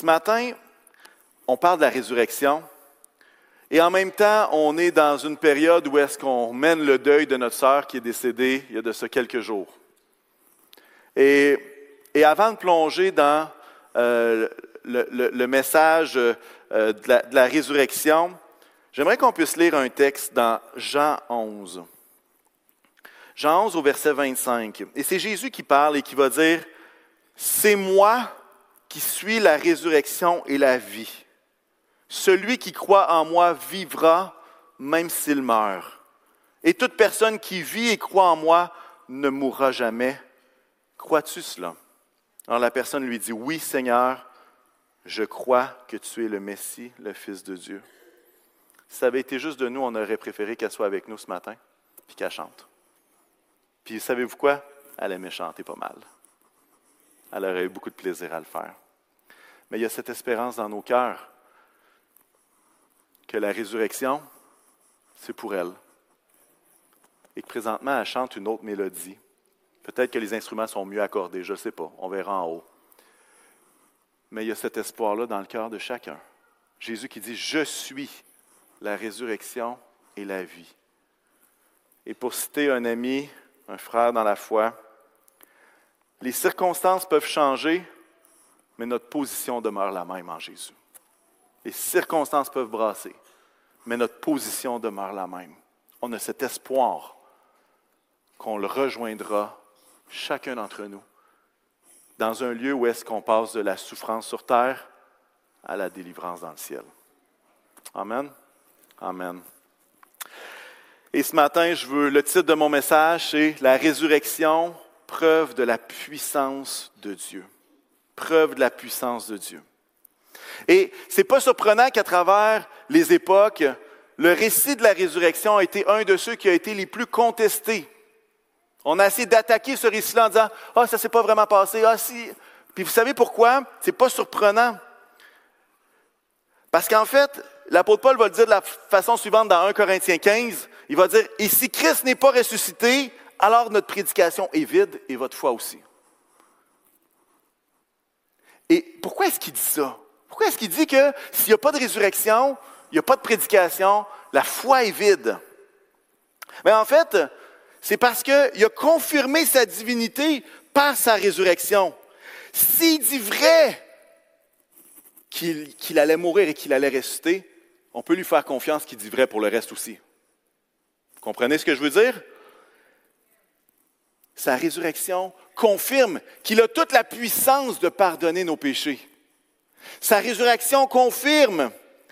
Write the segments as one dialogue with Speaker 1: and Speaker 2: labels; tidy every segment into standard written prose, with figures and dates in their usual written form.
Speaker 1: Ce matin, on parle de la résurrection et en même temps, on est dans une période où est-ce qu'on mène le deuil de notre sœur qui est décédée il y a de ça quelques jours. Et avant de plonger dans le message de la résurrection, j'aimerais qu'on puisse lire un texte dans Jean 11. Jean 11 au verset 25. Et c'est Jésus qui parle et qui va dire « C'est moi qui suis la résurrection et la vie. Celui qui croit en moi vivra même s'il meurt. Et toute personne qui vit et croit en moi ne mourra jamais. Crois-tu cela? » Alors la personne lui dit « Oui, Seigneur, je crois que tu es le Messie, le Fils de Dieu. » Si ça avait été juste de nous, on aurait préféré qu'elle soit avec nous ce matin puis qu'elle chante. Puis savez-vous quoi? Elle aimait chanter pas mal. Elle aurait eu beaucoup de plaisir à le faire. Mais il y a cette espérance dans nos cœurs que la résurrection, c'est pour elle. Et que présentement, elle chante une autre mélodie. Peut-être que les instruments sont mieux accordés, je ne sais pas. On verra en haut. Mais il y a cet espoir-là dans le cœur de chacun. Jésus qui dit « Je suis la résurrection et la vie. » Et pour citer un ami, un frère dans la foi, les circonstances peuvent changer, mais notre position demeure la même en Jésus. Les circonstances peuvent brasser, mais notre position demeure la même. On a cet espoir qu'on le rejoindra, chacun d'entre nous, dans un lieu où est-ce qu'on passe de la souffrance sur terre à la délivrance dans le ciel. Amen. Amen. Et ce matin, le titre de mon message, c'est « La résurrection, preuve de la puissance de Dieu ». Preuve de la puissance de Dieu. Et ce n'est pas surprenant qu'à travers les époques, le récit de la résurrection a été un de ceux qui a été les plus contestés. On a essayé d'attaquer ce récit-là en disant « Ah, ça ne s'est pas vraiment passé. Ah, si. » Puis vous savez pourquoi? Ce n'est pas surprenant. Parce qu'en fait, l'apôtre Paul va le dire de la façon suivante dans 1 Corinthiens 15. Il va dire « Et si Christ n'est pas ressuscité, alors notre prédication est vide et votre foi aussi. » Et pourquoi est-ce qu'il dit ça? Pourquoi est-ce qu'il dit que s'il n'y a pas de résurrection, il n'y a pas de prédication, la foi est vide? Mais en fait, c'est parce qu'il a confirmé sa divinité par sa résurrection. S'il dit vrai qu'il allait mourir et qu'il allait ressusciter, on peut lui faire confiance qu'il dit vrai pour le reste aussi. Vous comprenez ce que je veux dire? Sa résurrection confirme qu'il a toute la puissance de pardonner nos péchés. Sa résurrection confirme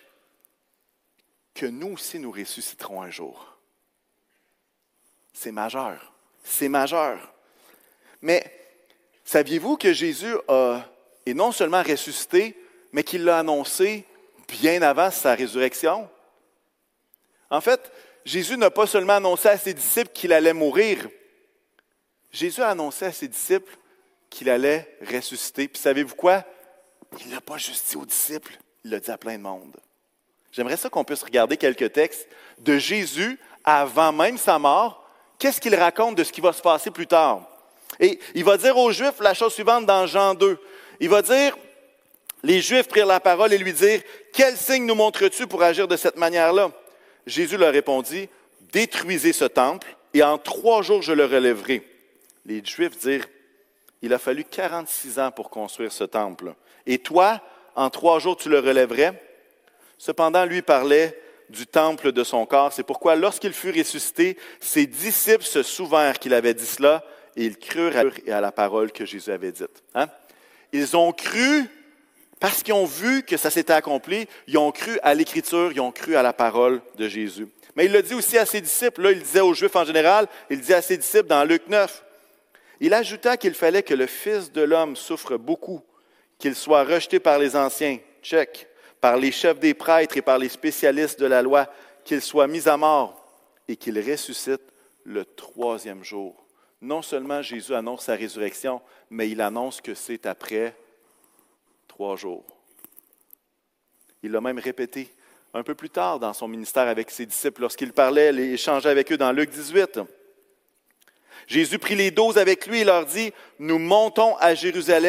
Speaker 1: que nous aussi nous ressusciterons un jour. C'est majeur. C'est majeur. Mais saviez-vous que Jésus est non seulement ressuscité, mais qu'il l'a annoncé bien avant sa résurrection? En fait, Jésus n'a pas seulement annoncé à ses disciples qu'il allait mourir. Jésus a annoncé à ses disciples qu'il allait ressusciter. Puis savez-vous quoi? Il ne l'a pas juste dit aux disciples, il l'a dit à plein de monde. J'aimerais ça qu'on puisse regarder quelques textes de Jésus avant même sa mort. Qu'est-ce qu'il raconte de ce qui va se passer plus tard? Et il va dire aux Juifs la chose suivante dans Jean 2. Il va dire, les Juifs prirent la parole et lui dirent, « Quel signe nous montres-tu pour agir de cette manière-là? » Jésus leur répondit, « Détruisez ce temple et en 3 jours je le relèverai. » Les Juifs dirent, « Il a fallu 46 ans pour construire ce temple. Et toi, en 3 jours, tu le relèverais? » Cependant, lui parlait du temple de son corps. C'est pourquoi, lorsqu'il fut ressuscité, ses disciples se souvinrent qu'il avait dit cela et ils crurent à la parole que Jésus avait dite. Hein? Ils ont cru, parce qu'ils ont vu que ça s'était accompli, ils ont cru à l'Écriture, ils ont cru à la parole de Jésus. Mais il l'a dit aussi à ses disciples. Là, il disait aux Juifs en général, il dit à ses disciples dans Luc 9. Il ajouta qu'il fallait que le Fils de l'homme souffre beaucoup, qu'il soit rejeté par les anciens, check, par les chefs des prêtres et par les spécialistes de la loi, qu'il soit mis à mort et qu'il ressuscite le 3e jour. Non seulement Jésus annonce sa résurrection, mais il annonce que c'est après 3 jours. Il l'a même répété un peu plus tard dans son ministère avec ses disciples, lorsqu'il parlait et échangeait avec eux dans Luc 18. Jésus prit les 12 avec lui et leur dit, « Nous montons à Jérusalem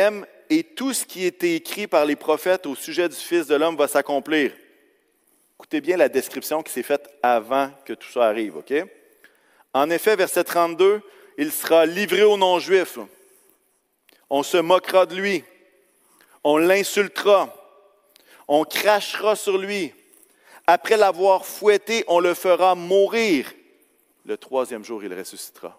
Speaker 1: et tout ce qui était écrit par les prophètes au sujet du Fils de l'homme va s'accomplir. Écoutez bien la description qui s'est faite avant que tout ça arrive, OK? En effet, verset 32, il sera livré aux non-juifs. On se moquera de lui. On l'insultera. On crachera sur lui. Après l'avoir fouetté, on le fera mourir. Le troisième jour, il ressuscitera.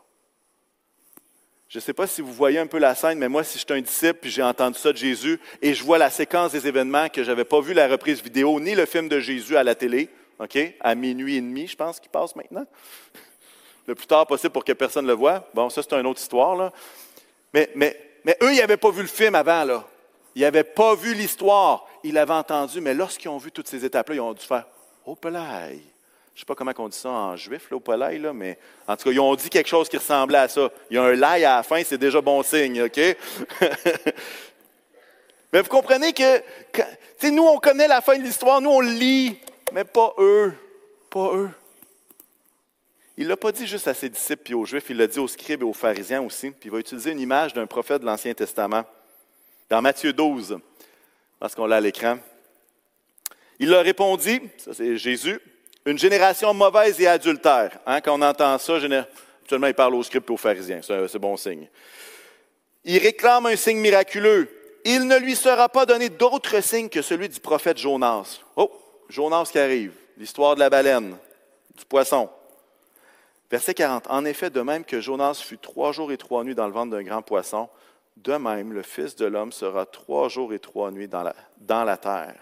Speaker 1: Je ne sais pas si vous voyez un peu la scène, mais moi, si je suis un disciple puis j'ai entendu ça de Jésus et je vois la séquence des événements que je n'avais pas vu la reprise vidéo ni le film de Jésus à la télé, OK, à minuit et demi, je pense qu'il passe maintenant, le plus tard possible pour que personne ne le voie. Bon, ça, c'est une autre histoire, là. Mais eux, ils n'avaient pas vu le film avant, là. Ils n'avaient pas vu l'histoire. Ils l'avaient entendu, mais lorsqu'ils ont vu toutes ces étapes-là, ils ont dû faire « Oh, pelaille ». Je ne sais pas comment on dit ça en juif, là, au polaï, là, mais en tout cas, ils ont dit quelque chose qui ressemblait à ça. Il y a un laï à la fin, c'est déjà bon signe, OK? Mais vous comprenez que, nous, on connaît la fin de l'histoire, nous, on le lit, mais pas eux. Pas eux. Il ne l'a pas dit juste à ses disciples et aux Juifs, il l'a dit aux scribes et aux pharisiens aussi. Puis il va utiliser une image d'un prophète de l'Ancien Testament. Dans Matthieu 12, parce qu'on l'a à l'écran. Il leur répondit, ça c'est Jésus, une génération mauvaise et adultère. Quand on entend ça, actuellement il parle aux scribes et aux pharisiens, c'est bon signe. Il réclame un signe miraculeux. Il ne lui sera pas donné d'autre signe que celui du prophète Jonas. Oh, Jonas qui arrive, l'histoire de la baleine, du poisson. Verset 40. En effet, de même que Jonas fut 3 jours et 3 nuits dans le ventre d'un grand poisson, de même le Fils de l'homme sera 3 jours et 3 nuits dans la terre.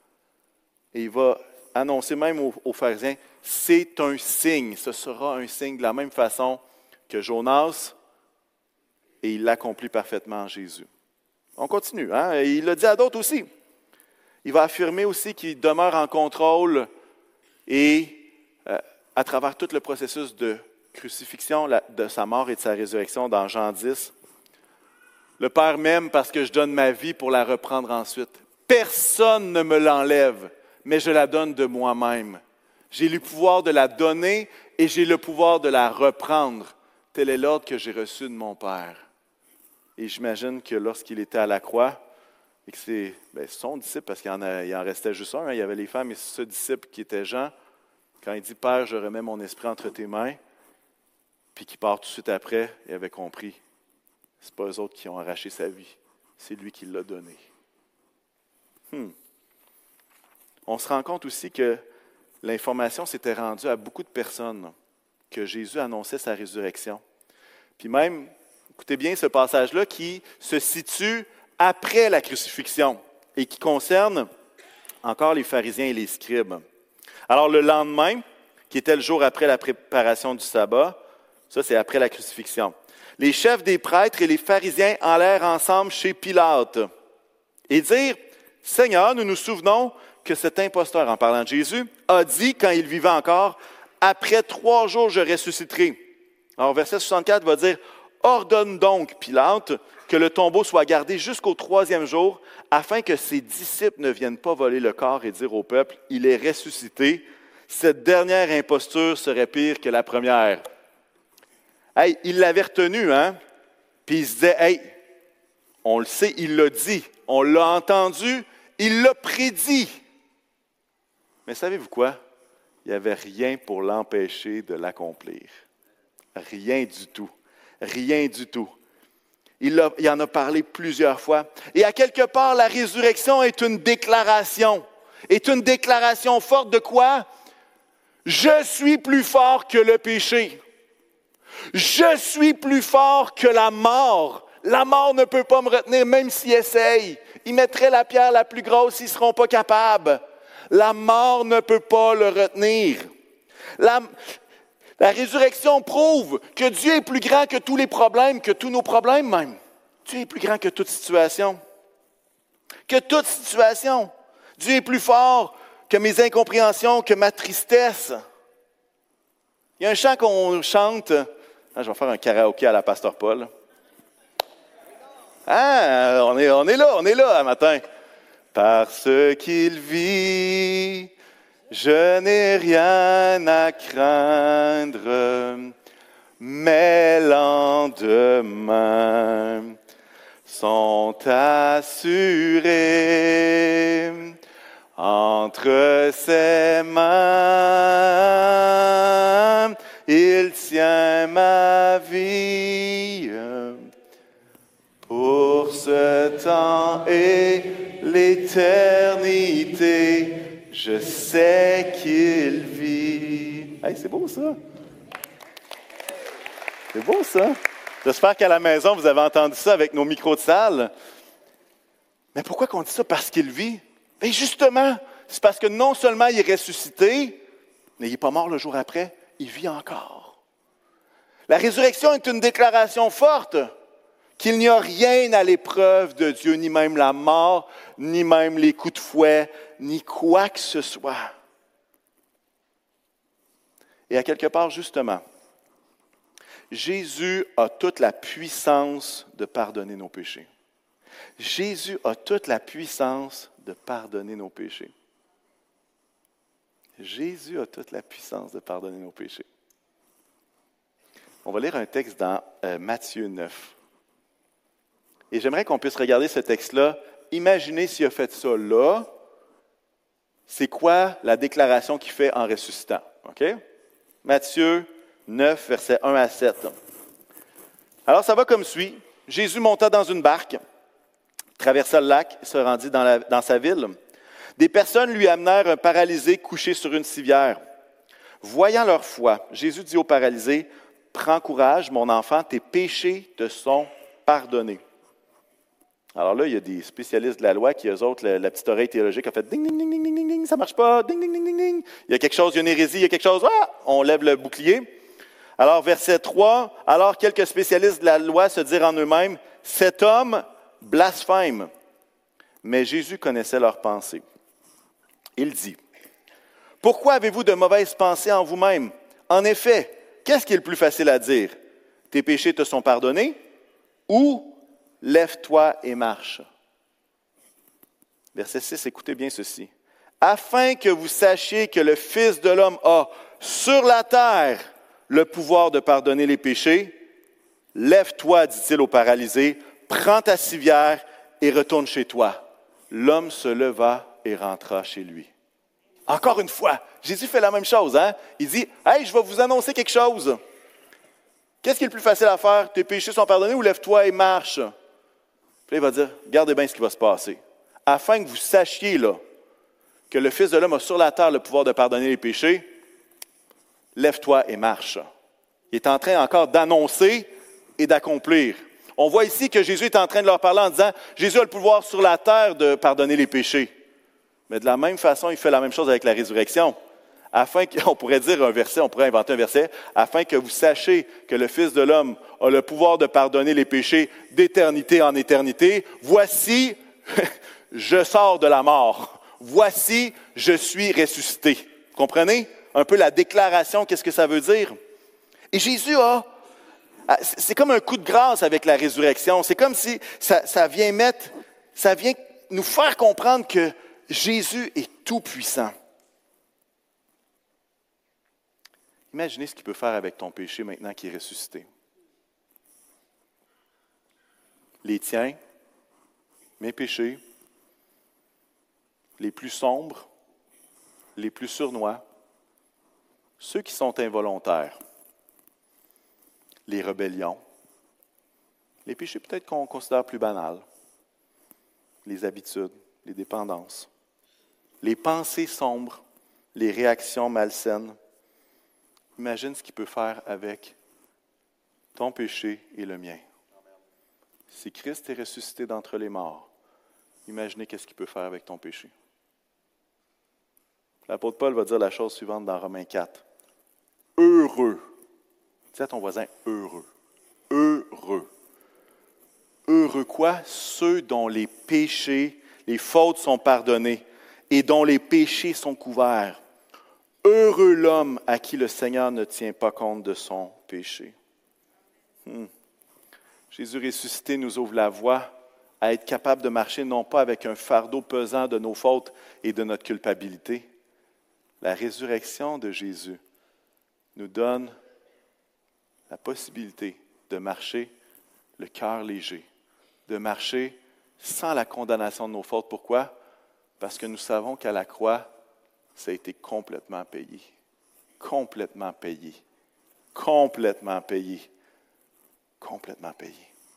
Speaker 1: Et il va annoncer même aux pharisiens, c'est un signe, ce sera un signe de la même façon que Jonas, et il l'accomplit parfaitement en Jésus. On continue, hein? Il l'a dit à d'autres aussi. Il va affirmer aussi qu'il demeure en contrôle et à travers tout le processus de crucifixion, de sa mort et de sa résurrection dans Jean 10. Le Père m'aime parce que je donne ma vie pour la reprendre ensuite. Personne ne me l'enlève, mais je la donne de moi-même. J'ai le pouvoir de la donner et j'ai le pouvoir de la reprendre. Tel est l'ordre que j'ai reçu de mon Père. Et j'imagine que lorsqu'il était à la croix, et que c'est son disciple, parce qu'il en restait juste un, il y avait les femmes et ce disciple qui était Jean, quand il dit « Père, je remets mon esprit entre tes mains », puis qu'il part tout de suite après, il avait compris. Ce n'est pas eux autres qui ont arraché sa vie, c'est lui qui l'a donné. On se rend compte aussi que l'information s'était rendue à beaucoup de personnes, que Jésus annonçait sa résurrection. Puis même, écoutez bien ce passage-là qui se situe après la crucifixion et qui concerne encore les pharisiens et les scribes. Alors le lendemain, qui était le jour après la préparation du sabbat, ça c'est après la crucifixion, les chefs des prêtres et les pharisiens allèrent ensemble chez Pilate et dirent « Seigneur, nous nous souvenons que cet imposteur, en parlant de Jésus, a dit quand il vivait encore, « Après 3 jours, je ressusciterai. » Alors verset 64 va dire « Ordonne donc, Pilate, que le tombeau soit gardé jusqu'au 3e jour, afin que ses disciples ne viennent pas voler le corps et dire au peuple, « Il est ressuscité. » Cette dernière imposture serait pire que la première. Hey, il l'avait retenu, hein? Puis il se disait, hey, on le sait, il l'a dit, on l'a entendu, il l'a prédit. Mais savez-vous quoi? Il n'y avait rien pour l'empêcher de l'accomplir. Rien du tout. Rien du tout. Il en a parlé plusieurs fois. Et à quelque part, la résurrection est une déclaration. Est une déclaration forte de quoi? Je suis plus fort que le péché. Je suis plus fort que la mort. La mort ne peut pas me retenir, même s'ils essayent. Ils mettraient la pierre la plus grosse, ils ne seront pas capables. La mort ne peut pas le retenir. La résurrection prouve que Dieu est plus grand que tous les problèmes, que tous nos problèmes même. Dieu est plus grand que toute situation. Que toute situation. Dieu est plus fort que mes incompréhensions, que ma tristesse. Il y a un chant qu'on chante. Je vais faire un karaoké à la Pasteur Paul. On est là, un matin. Parce qu'il vit, je n'ai rien à craindre, mais lendemain sont assurés entre ses mains. Il tient ma vie pour ce temps et l'éternité. Je sais qu'il vit. Hey, c'est beau ça. C'est beau ça. J'espère qu'à la maison, vous avez entendu ça avec nos micros de salle. Mais pourquoi qu'on dit ça? Parce qu'il vit. Bien justement, c'est parce que non seulement il est ressuscité, mais il n'est pas mort le jour après, il vit encore. La résurrection est une déclaration forte qu'il n'y a rien à l'épreuve de Dieu, ni même la mort, ni même les coups de fouet, ni quoi que ce soit. Et à quelque part, justement, Jésus a toute la puissance de pardonner nos péchés. Jésus a toute la puissance de pardonner nos péchés. Jésus a toute la puissance de pardonner nos péchés. On va lire un texte dans Matthieu 9. Et j'aimerais qu'on puisse regarder ce texte-là. Imaginez s'il a fait ça là. C'est quoi la déclaration qu'il fait en ressuscitant? OK? Matthieu 9, versets 1 à 7. Alors, ça va comme suit. Jésus monta dans une barque, traversa le lac et se rendit dans sa ville. Des personnes lui amenèrent un paralysé couché sur une civière. Voyant leur foi, Jésus dit au paralysé, « Prends courage, mon enfant, tes péchés te sont pardonnés. » Alors là, il y a des spécialistes de la loi qui, eux autres, la petite oreille théologique a fait « ding, ding, ding, ding, ding, ding, ça ne marche pas, ding, ding, ding, ding, ding. » Il y a quelque chose, il y a une hérésie, il y a quelque chose, on lève le bouclier. Alors, verset 3, « Alors quelques spécialistes de la loi se dirent en eux-mêmes, « Cet homme blasphème. » Mais Jésus connaissait leurs pensées. Il dit, « Pourquoi avez-vous de mauvaises pensées en vous-même? En effet, qu'est-ce qui est le plus facile à dire? Tes péchés te sont pardonnés? Ou lève-toi et marche. » Verset 6, écoutez bien ceci. « Afin que vous sachiez que le Fils de l'homme a sur la terre le pouvoir de pardonner les péchés, lève-toi, dit-il au paralysé, prends ta civière et retourne chez toi. L'homme se leva et rentra chez lui. » Encore une fois, Jésus fait la même chose. Hein? Il dit, « Hey, je vais vous annoncer quelque chose. Qu'est-ce qui est le plus facile à faire? Tes péchés sont pardonnés ou lève-toi et marche. » Puis il va dire, regardez bien ce qui va se passer. Afin que vous sachiez là, que le Fils de l'homme a sur la terre le pouvoir de pardonner les péchés, lève-toi et marche. Il est en train encore d'annoncer et d'accomplir. On voit ici que Jésus est en train de leur parler en disant, Jésus a le pouvoir sur la terre de pardonner les péchés. Mais de la même façon, il fait la même chose avec la résurrection. Afin qu'on pourrait dire un verset, on pourrait inventer un verset, afin que vous sachiez que le Fils de l'homme a le pouvoir de pardonner les péchés d'éternité en éternité. Voici, je sors de la mort. Voici, je suis ressuscité. Comprenez un peu la déclaration, qu'est-ce que ça veut dire? Et Jésus c'est comme un coup de grâce avec la résurrection. C'est comme si ça vient nous faire comprendre que Jésus est tout puissant. Imaginez ce qu'il peut faire avec ton péché maintenant qu'il est ressuscité. Les tiens, mes péchés, les plus sombres, les plus sournois, ceux qui sont involontaires, les rébellions, les péchés peut-être qu'on considère plus banals, les habitudes, les dépendances, les pensées sombres, les réactions malsaines. Imagine ce qu'il peut faire avec ton péché et le mien. Si Christ est ressuscité d'entre les morts, imaginez qu'est-ce qu'il peut faire avec ton péché. L'apôtre Paul va dire la chose suivante dans Romains 4. Heureux. Dis à ton voisin, heureux. Heureux. Heureux quoi? Ceux dont les péchés, les fautes sont pardonnées et dont les péchés sont couverts. Heureux l'homme à qui le Seigneur ne tient pas compte de son péché. Jésus ressuscité nous ouvre la voie à être capable de marcher non pas avec un fardeau pesant de nos fautes et de notre culpabilité. La résurrection de Jésus nous donne la possibilité de marcher le cœur léger, de marcher sans la condamnation de nos fautes. Pourquoi? Parce que nous savons qu'à la croix, ça a été complètement payé. Complètement payé. Complètement payé. Complètement payé.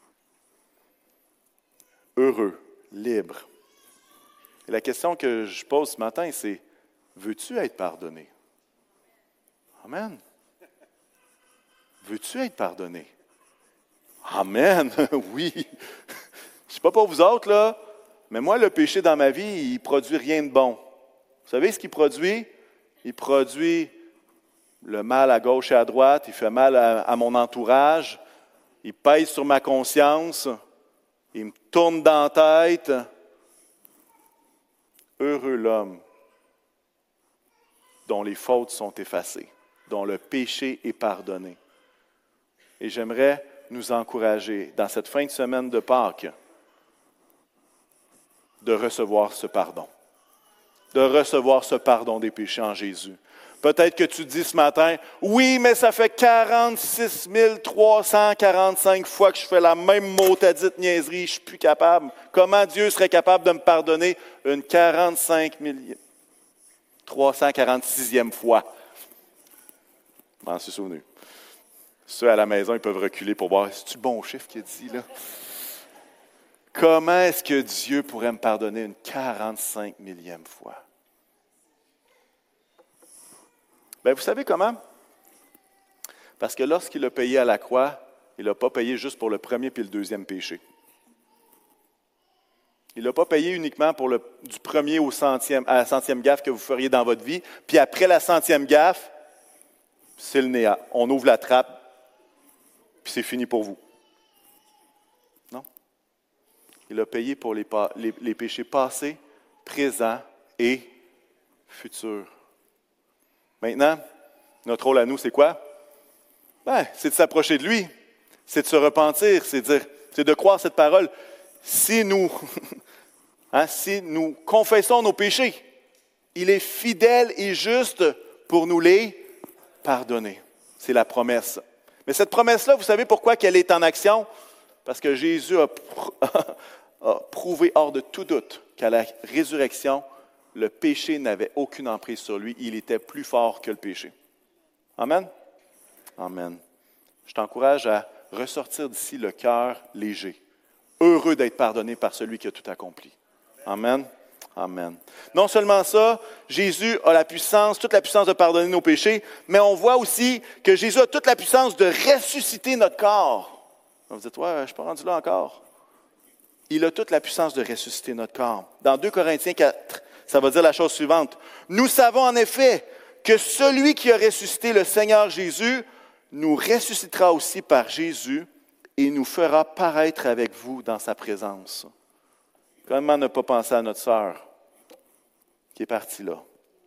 Speaker 1: Heureux, libre. Et la question que je pose ce matin, c'est, veux-tu être pardonné? Amen. Veux-tu être pardonné? Amen. Oui. Je ne sais pas pour vous autres, là, mais moi, le péché dans ma vie, il ne produit rien de bon. Vous savez ce qu'il produit? Il produit le mal à gauche et à droite, il fait mal à mon entourage, il pèse sur ma conscience, il me tourne dans la tête. Heureux l'homme dont les fautes sont effacées, dont le péché est pardonné. Et j'aimerais nous encourager, dans cette fin de semaine de Pâques, de recevoir ce pardon. De recevoir ce pardon des péchés en Jésus. Peut-être que tu dis ce matin, oui, mais ça fait 46 345 fois que je fais la même motadite niaiserie, je ne suis plus capable. Comment Dieu serait capable de me pardonner une 45 346e fois? Je m'en suis souvenu. Ceux à la maison, ils peuvent reculer pour voir, c'est-tu le bon chiffre qu'il a dit là? Comment est-ce que Dieu pourrait me pardonner une 45 millième fois? Bien, vous savez comment? Parce que lorsqu'il a payé à la croix, il n'a pas payé juste pour le premier puis le deuxième péché. Il n'a pas payé uniquement pour du premier à la centième gaffe que vous feriez dans votre vie, puis après la centième gaffe, c'est le néant. On ouvre la trappe, puis c'est fini pour vous. Non. Il a payé pour les péchés passés, présents et futurs. Maintenant, notre rôle à nous, c'est quoi? Ben, c'est de s'approcher de lui, c'est de se repentir, c'est de croire cette parole. Si nous confessons nos péchés, il est fidèle et juste pour nous les pardonner. C'est la promesse. Mais cette promesse-là, vous savez pourquoi qu'elle est en action? Parce que Jésus a prouvé hors de tout doute qu'à la résurrection, le péché n'avait aucune emprise sur lui. Il était plus fort que le péché. Amen? Amen. Je t'encourage à ressortir d'ici le cœur léger, heureux d'être pardonné par celui qui a tout accompli. Amen? Amen. Non seulement ça, Jésus a la puissance, toute la puissance de pardonner nos péchés, mais on voit aussi que Jésus a toute la puissance de ressusciter notre corps. Vous dites, ouais, je ne suis pas rendu là encore. Il a toute la puissance de ressusciter notre corps. Dans 2 Corinthiens 4, ça va dire la chose suivante. Nous savons en effet que celui qui a ressuscité le Seigneur Jésus nous ressuscitera aussi par Jésus et nous fera paraître avec vous dans sa présence. Comment ne pas penser à notre sœur qui est partie là?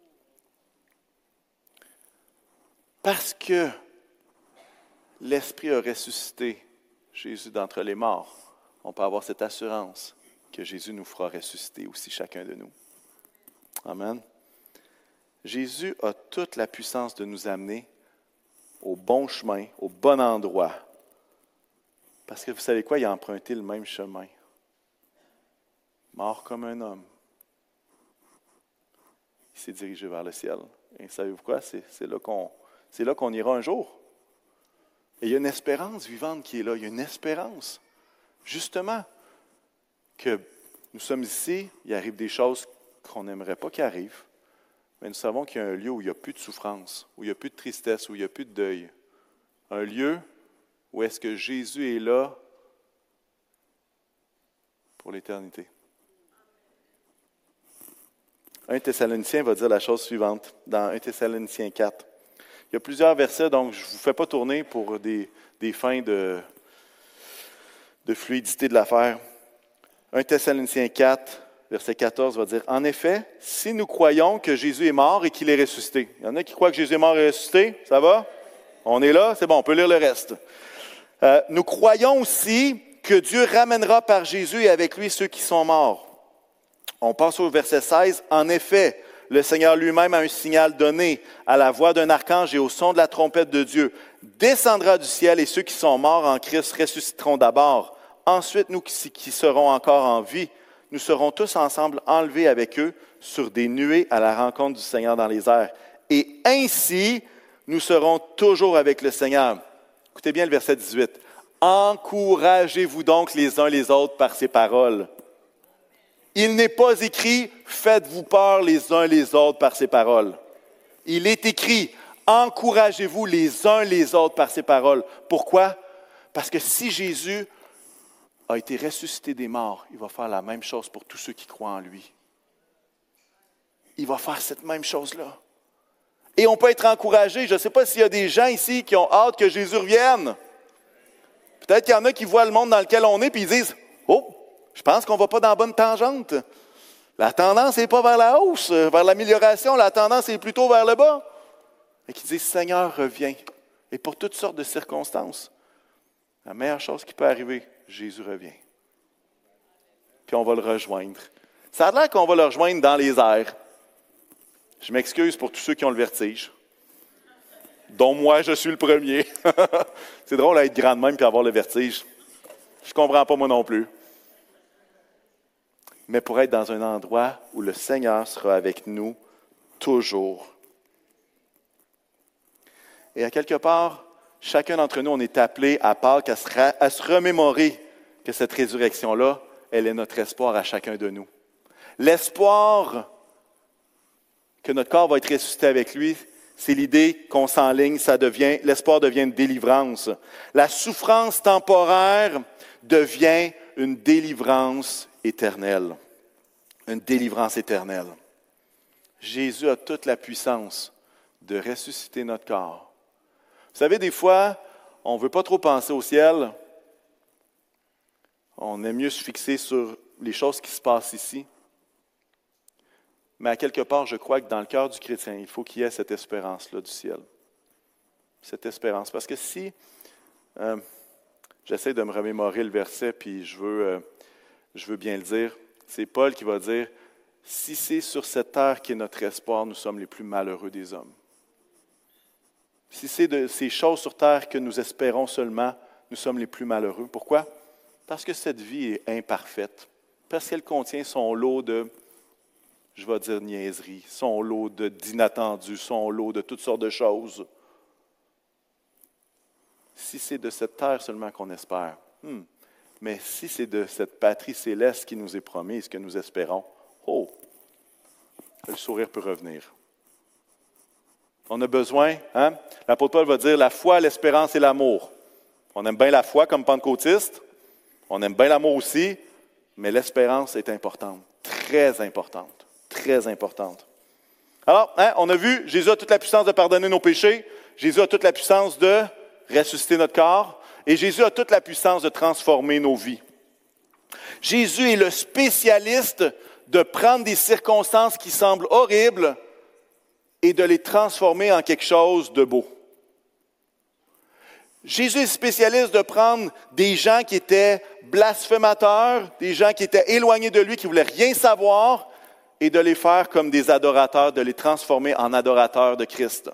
Speaker 1: Parce que l'Esprit a ressuscité Jésus d'entre les morts, on peut avoir cette assurance que Jésus nous fera ressusciter aussi chacun de nous. Amen. Jésus a toute la puissance de nous amener au bon chemin, au bon endroit. Parce que vous savez quoi? Il a emprunté le même chemin. Mort comme un homme. Il s'est dirigé vers le ciel. Et savez-vous quoi? C'est là qu'on ira un jour. Et il y a une espérance vivante qui est là. Il y a une espérance. Justement, que nous sommes ici, il arrive des choses qu'on n'aimerait pas qu'il arrive, mais nous savons qu'il y a un lieu où il n'y a plus de souffrance, où il n'y a plus de tristesse, où il n'y a plus de deuil. Un lieu où est-ce que Jésus est là pour l'éternité. 1 Thessaloniciens va dire la chose suivante, dans 1 Thessaloniciens 4. Il y a plusieurs versets, donc je ne vous fais pas tourner pour des fins de fluidité de l'affaire. 1 Thessaloniciens 4, verset 14 va dire, « En effet, si nous croyons que Jésus est mort et qu'il est ressuscité. » Il y en a qui croient que Jésus est mort et ressuscité. Ça va? On est là? C'est bon, on peut lire le reste. Nous croyons aussi que Dieu ramènera par Jésus et avec lui ceux qui sont morts. On passe au verset 16. « En effet, le Seigneur lui-même a un signal donné à la voix d'un archange et au son de la trompette de Dieu. Descendra du ciel et ceux qui sont morts en Christ ressusciteront d'abord. Ensuite, nous qui serons encore en vie, nous serons tous ensemble enlevés avec eux sur des nuées à la rencontre du Seigneur dans les airs. Et ainsi, nous serons toujours avec le Seigneur. Écoutez bien le verset 18. Encouragez-vous donc les uns les autres par ces paroles. Il n'est pas écrit « Faites-vous peur les uns les autres par ces paroles ». Il est écrit « Encouragez-vous les uns les autres par ces paroles ». Pourquoi? Parce que si Jésus a été ressuscité des morts, il va faire la même chose pour tous ceux qui croient en lui. Il va faire cette même chose-là. Et on peut être encouragé. Je ne sais pas s'il y a des gens ici qui ont hâte que Jésus revienne. Peut-être qu'il y en a qui voient le monde dans lequel on est et ils disent « Oh, je pense qu'on ne va pas dans la bonne tangente. La tendance n'est pas vers la hausse, vers l'amélioration. La tendance est plutôt vers le bas. » Et qui disent « Seigneur, reviens. » Et pour toutes sortes de circonstances, la meilleure chose qui peut arriver, Jésus revient. Puis on va le rejoindre. Ça a l'air qu'on va le rejoindre dans les airs. Je m'excuse pour tous ceux qui ont le vertige, dont moi, je suis le premier. C'est drôle d'être grand de même et avoir le vertige. Je ne comprends pas moi non plus. Mais pour être dans un endroit où le Seigneur sera avec nous toujours. Et à quelque part, chacun d'entre nous, on est appelé à Pâques à se remémorer que cette résurrection-là, elle est notre espoir à chacun de nous. L'espoir que notre corps va être ressuscité avec lui, c'est l'idée qu'on s'enligne, l'espoir devient une délivrance. La souffrance temporaire devient une délivrance éternelle. Une délivrance éternelle. Jésus a toute la puissance de ressusciter notre corps. Vous savez, des fois, on ne veut pas trop penser au ciel. On aime mieux se fixer sur les choses qui se passent ici. Mais à quelque part, je crois que dans le cœur du chrétien, il faut qu'il y ait cette espérance-là du ciel. Cette espérance. Parce que si, j'essaie de me remémorer le verset, puis je veux bien le dire, c'est Paul qui va dire, « Si c'est sur cette terre qui est notre espoir, nous sommes les plus malheureux des hommes. » Si c'est de ces choses sur terre que nous espérons seulement, nous sommes les plus malheureux. Pourquoi? Parce que cette vie est imparfaite. Parce qu'elle contient son lot de, je vais dire niaiseries, son lot d'inattendus, son lot de toutes sortes de choses. Si c'est de cette terre seulement qu'on espère, mais si c'est de cette patrie céleste qui nous est promise, que nous espérons, le sourire peut revenir. On a besoin, l'apôtre Paul va dire, la foi, l'espérance et l'amour. On aime bien la foi comme pentecôtiste, on aime bien l'amour aussi, mais l'espérance est importante, très importante, très importante. Alors, on a vu, Jésus a toute la puissance de pardonner nos péchés, Jésus a toute la puissance de ressusciter notre corps, et Jésus a toute la puissance de transformer nos vies. Jésus est le spécialiste de prendre des circonstances qui semblent horribles et de les transformer en quelque chose de beau. Jésus est spécialiste de prendre des gens qui étaient blasphémateurs, des gens qui étaient éloignés de lui, qui ne voulaient rien savoir, et de les faire comme des adorateurs, de les transformer en adorateurs de Christ.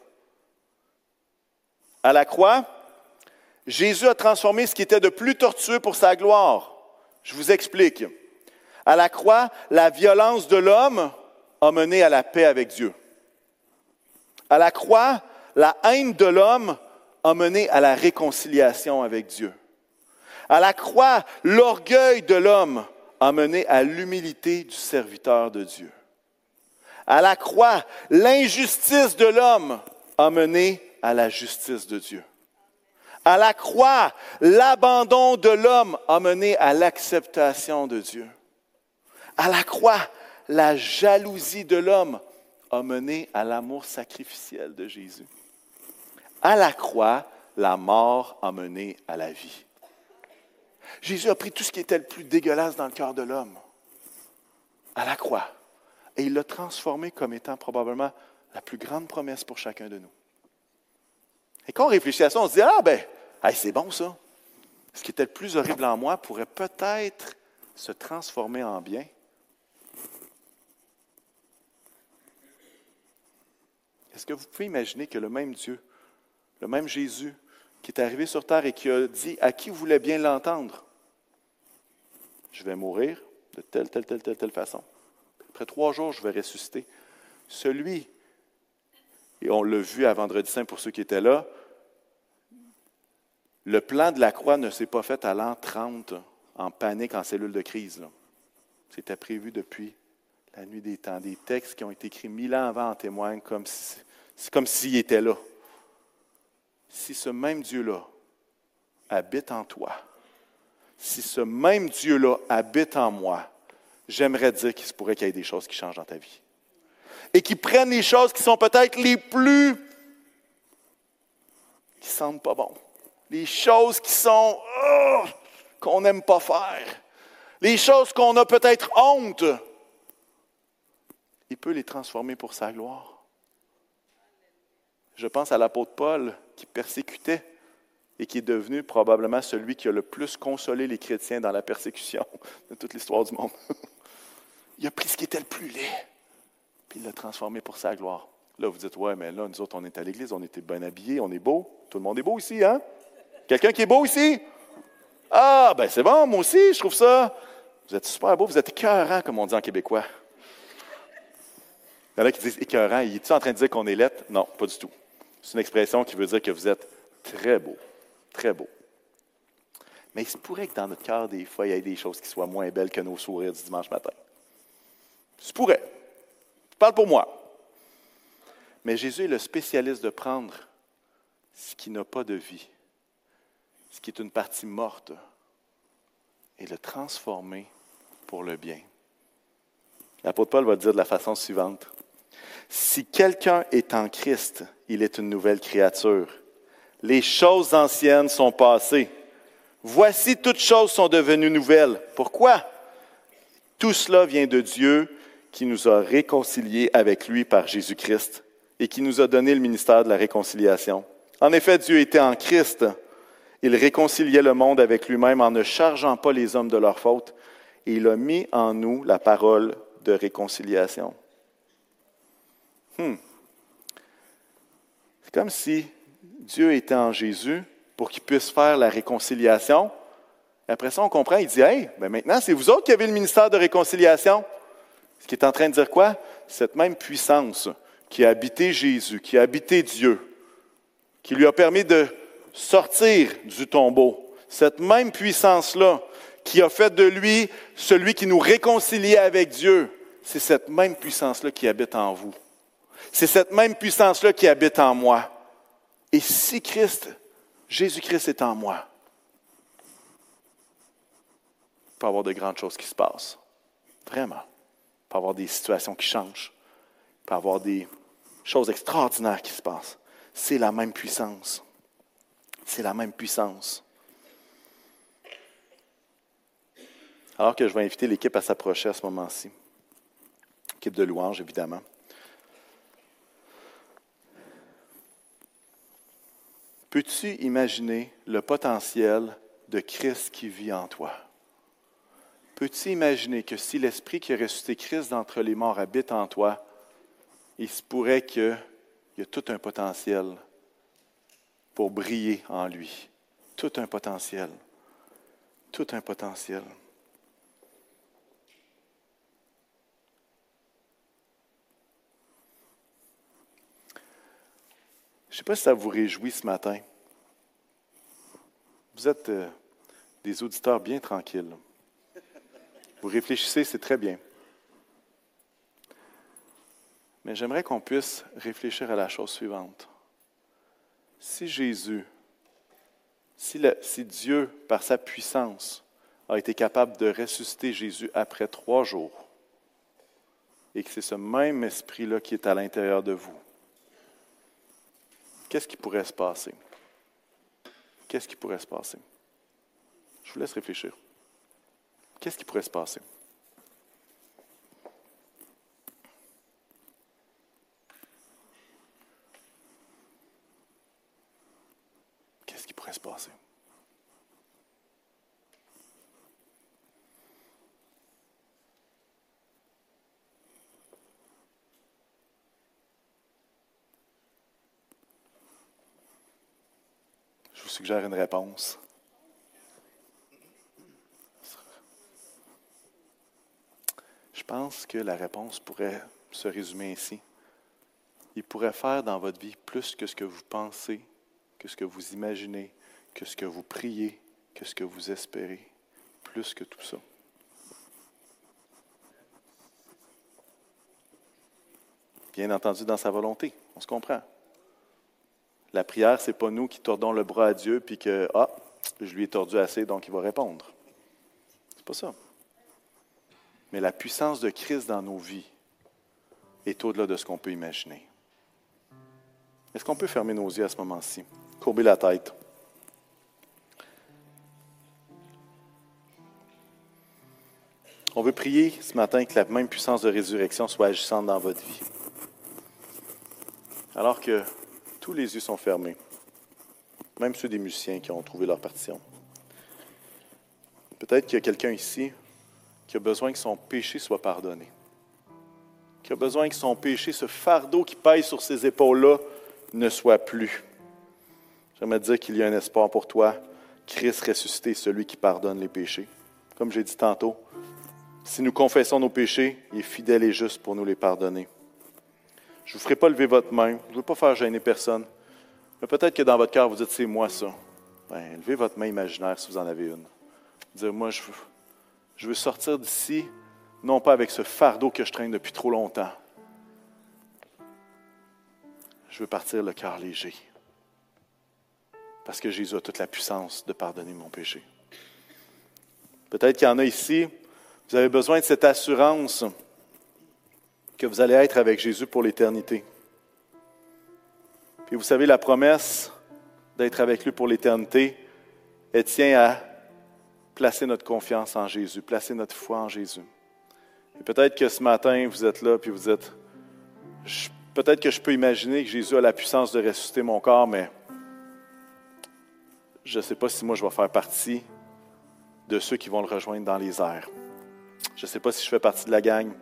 Speaker 1: À la croix, Jésus a transformé ce qui était de plus tortueux pour sa gloire. Je vous explique. À la croix, la violence de l'homme a mené à la paix avec Dieu. À la croix, la haine de l'homme a mené à la réconciliation avec Dieu. À la croix, l'orgueil de l'homme a mené à l'humilité du serviteur de Dieu. À la croix, l'injustice de l'homme a mené à la justice de Dieu. À la croix, l'abandon de l'homme a mené à l'acceptation de Dieu. À la croix, la jalousie de l'homme a mené à l'amour sacrificiel de Jésus. À la croix, la mort a mené à la vie. Jésus a pris tout ce qui était le plus dégueulasse dans le cœur de l'homme, à la croix, et il l'a transformé comme étant probablement la plus grande promesse pour chacun de nous. Et quand on réfléchit à ça, on se dit, c'est bon ça. Ce qui était le plus horrible en moi pourrait peut-être se transformer en bien. Est-ce que vous pouvez imaginer que le même Dieu, le même Jésus, qui est arrivé sur terre et qui a dit à qui voulait bien l'entendre, je vais mourir de telle façon. Après 3 jours, je vais ressusciter. Celui, et on l'a vu à Vendredi Saint pour ceux qui étaient là, le plan de la croix ne s'est pas fait à l'an 30 en panique, en cellule de crise. Là. C'était prévu depuis la nuit des temps. Des textes qui ont été écrits 1000 ans avant en témoignent c'est comme s'il était là. Si ce même Dieu-là habite en toi, si ce même Dieu-là habite en moi, j'aimerais dire qu'il se pourrait qu'il y ait des choses qui changent dans ta vie. Et qui prennent les choses qui sont peut-être les plus... qui sentent pas bon. Les choses qui sont... qu'on n'aime pas faire. Les choses qu'on a peut-être honte. Il peut les transformer pour sa gloire. Je pense à l'apôtre Paul qui persécutait et qui est devenu probablement celui qui a le plus consolé les chrétiens dans la persécution de toute l'histoire du monde. Il a pris ce qui était le plus laid, puis il l'a transformé pour sa gloire. Là, vous dites, ouais, mais là, nous autres, on est à l'église, on était bien habillés, on est beau. Tout le monde est beau ici, hein? Quelqu'un qui est beau ici? Ah, ben c'est bon, moi aussi, je trouve ça. Vous êtes super beau, vous êtes écœurant, comme on dit en québécois. Il y en a qui disent écœurant. Il est-tu en train de dire qu'on est lettre? Non, pas du tout. C'est une expression qui veut dire que vous êtes très beau. Très beau. Mais il se pourrait que dans notre cœur, des fois, il y ait des choses qui soient moins belles que nos sourires du dimanche matin. Il se pourrait. Je parle pour moi. Mais Jésus est le spécialiste de prendre ce qui n'a pas de vie, ce qui est une partie morte, et le transformer pour le bien. L'apôtre Paul va dire de la façon suivante. Si quelqu'un est en Christ, il est une nouvelle créature. Les choses anciennes sont passées. Voici, toutes choses sont devenues nouvelles. Pourquoi? Tout cela vient de Dieu qui nous a réconciliés avec lui par Jésus-Christ et qui nous a donné le ministère de la réconciliation. En effet, Dieu était en Christ. Il réconciliait le monde avec lui-même en ne chargeant pas les hommes de leurs fautes et il a mis en nous la parole de réconciliation. C'est comme si Dieu était en Jésus pour qu'il puisse faire la réconciliation. Et après ça, on comprend, il dit, « Hey, ben maintenant, c'est vous autres qui avez le ministère de réconciliation. » Ce qui est en train de dire quoi? Cette même puissance qui a habité Jésus, qui a habité Dieu, qui lui a permis de sortir du tombeau. Cette même puissance-là qui a fait de lui celui qui nous réconciliait avec Dieu, c'est cette même puissance-là qui habite en vous. C'est cette même puissance-là qui habite en moi. Et si Jésus-Christ est en moi, il peut y avoir de grandes choses qui se passent. Vraiment. Il peut y avoir des situations qui changent. Il peut y avoir des choses extraordinaires qui se passent. C'est la même puissance. C'est la même puissance. Alors que je vais inviter l'équipe à s'approcher à ce moment-ci. Équipe de louange, évidemment. Peux-tu imaginer le potentiel de Christ qui vit en toi? Peux-tu imaginer que si l'Esprit qui a ressuscité Christ d'entre les morts habite en toi, il se pourrait qu'il y ait tout un potentiel pour briller en lui. Tout un potentiel. Tout un potentiel. Je ne sais pas si ça vous réjouit ce matin. Vous êtes des auditeurs bien tranquilles. Vous réfléchissez, c'est très bien. Mais j'aimerais qu'on puisse réfléchir à la chose suivante. Si Jésus, si Dieu, par sa puissance, a été capable de ressusciter Jésus après 3 jours, et que c'est ce même esprit-là qui est à l'intérieur de vous, qu'est-ce qui pourrait se passer? Qu'est-ce qui pourrait se passer? Je vous laisse réfléchir. Qu'est-ce qui pourrait se passer? Qu'est-ce qui pourrait se passer? Je vous suggère une réponse. pense que la réponse pourrait se résumer ainsi. Il pourrait faire dans votre vie plus que ce que vous pensez, que ce que vous imaginez, que ce que vous priez, que ce que vous espérez. Plus que tout ça. Bien entendu, dans sa volonté. On se comprend. La prière, ce n'est pas nous qui tordons le bras à Dieu puis que, je lui ai tordu assez, donc il va répondre. C'est pas ça. Mais la puissance de Christ dans nos vies est au-delà de ce qu'on peut imaginer. Est-ce qu'on peut fermer nos yeux à ce moment-ci? Courber la tête. On veut prier ce matin que la même puissance de résurrection soit agissante dans votre vie. Alors que tous les yeux sont fermés, même ceux des musiciens qui ont trouvé leur partition. Peut-être qu'il y a quelqu'un ici qui a besoin que son péché soit pardonné. Qui a besoin que son péché, ce fardeau qui pèse sur ses épaules-là, ne soit plus. J'aimerais te dire qu'il y a un espoir pour toi. Christ ressuscité, celui qui pardonne les péchés. Comme j'ai dit tantôt, si nous confessons nos péchés, il est fidèle et juste pour nous les pardonner. Je ne vous ferai pas lever votre main. Je ne veux pas faire gêner personne. Mais peut-être que dans votre cœur, vous dites, c'est moi ça. Bien, levez votre main imaginaire si vous en avez une. Dire, moi, je veux sortir d'ici, non pas avec ce fardeau que je traîne depuis trop longtemps. Je veux partir le cœur léger. Parce que Jésus a toute la puissance de pardonner mon péché. Peut-être qu'il y en a ici, vous avez besoin de cette assurance que vous allez être avec Jésus pour l'éternité. Puis vous savez, la promesse d'être avec lui pour l'éternité, elle tient à placer notre confiance en Jésus, placer notre foi en Jésus. Et peut-être que ce matin, vous êtes là, puis vous dites, peut-être que je peux imaginer que Jésus a la puissance de ressusciter mon corps, mais je ne sais pas si moi je vais faire partie de ceux qui vont le rejoindre dans les airs. Je ne sais pas si je fais partie de la gang.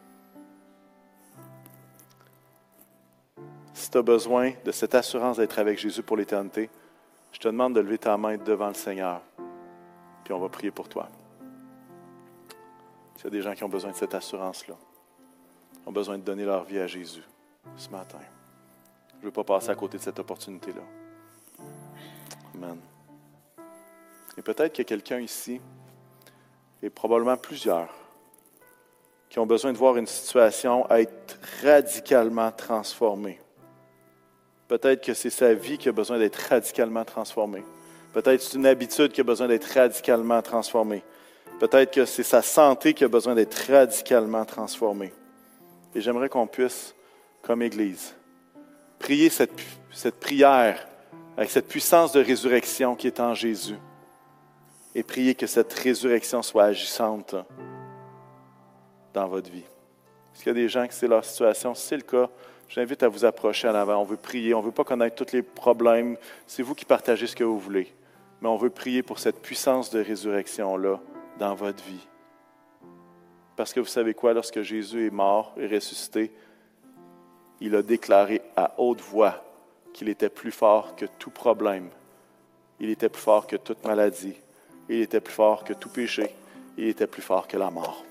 Speaker 1: Si tu as besoin de cette assurance d'être avec Jésus pour l'éternité, je te demande de lever ta main devant le Seigneur, puis on va prier pour toi. S'il y a des gens qui ont besoin de cette assurance-là, ont besoin de donner leur vie à Jésus ce matin, je ne veux pas passer à côté de cette opportunité-là. Amen. Et peut-être qu'il y a quelqu'un ici, et probablement plusieurs, qui ont besoin de voir une situation être radicalement transformée. Peut-être que c'est sa vie qui a besoin d'être radicalement transformée. Peut-être que c'est une habitude qui a besoin d'être radicalement transformée. Peut-être que c'est sa santé qui a besoin d'être radicalement transformée. Et j'aimerais qu'on puisse, comme Église, prier cette prière avec cette puissance de résurrection qui est en Jésus et prier que cette résurrection soit agissante dans votre vie. Est-ce qu'il y a des gens qui c'est leur situation? Si c'est le cas, je vous invite à vous approcher en avant. On veut prier, on ne veut pas connaître tous les problèmes. C'est vous qui partagez ce que vous voulez. Mais on veut prier pour cette puissance de résurrection-là dans votre vie. Parce que vous savez quoi? Lorsque Jésus est mort et ressuscité, il a déclaré à haute voix qu'il était plus fort que tout problème. Il était plus fort que toute maladie. Il était plus fort que tout péché. Il était plus fort que la mort.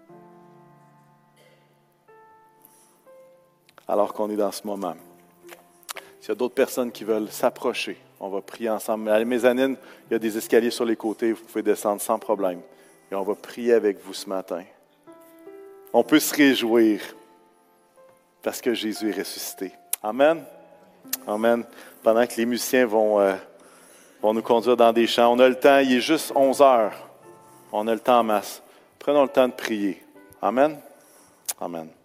Speaker 1: Alors qu'on est dans ce moment. S'il y a d'autres personnes qui veulent s'approcher, on va prier ensemble. À la mezzanine, il y a des escaliers sur les côtés, vous pouvez descendre sans problème. Et on va prier avec vous ce matin. On peut se réjouir parce que Jésus est ressuscité. Amen. Amen. Pendant que les musiciens vont nous conduire dans des chants, on a le temps, il est juste 11 heures. On a le temps en masse. Prenons le temps de prier. Amen. Amen.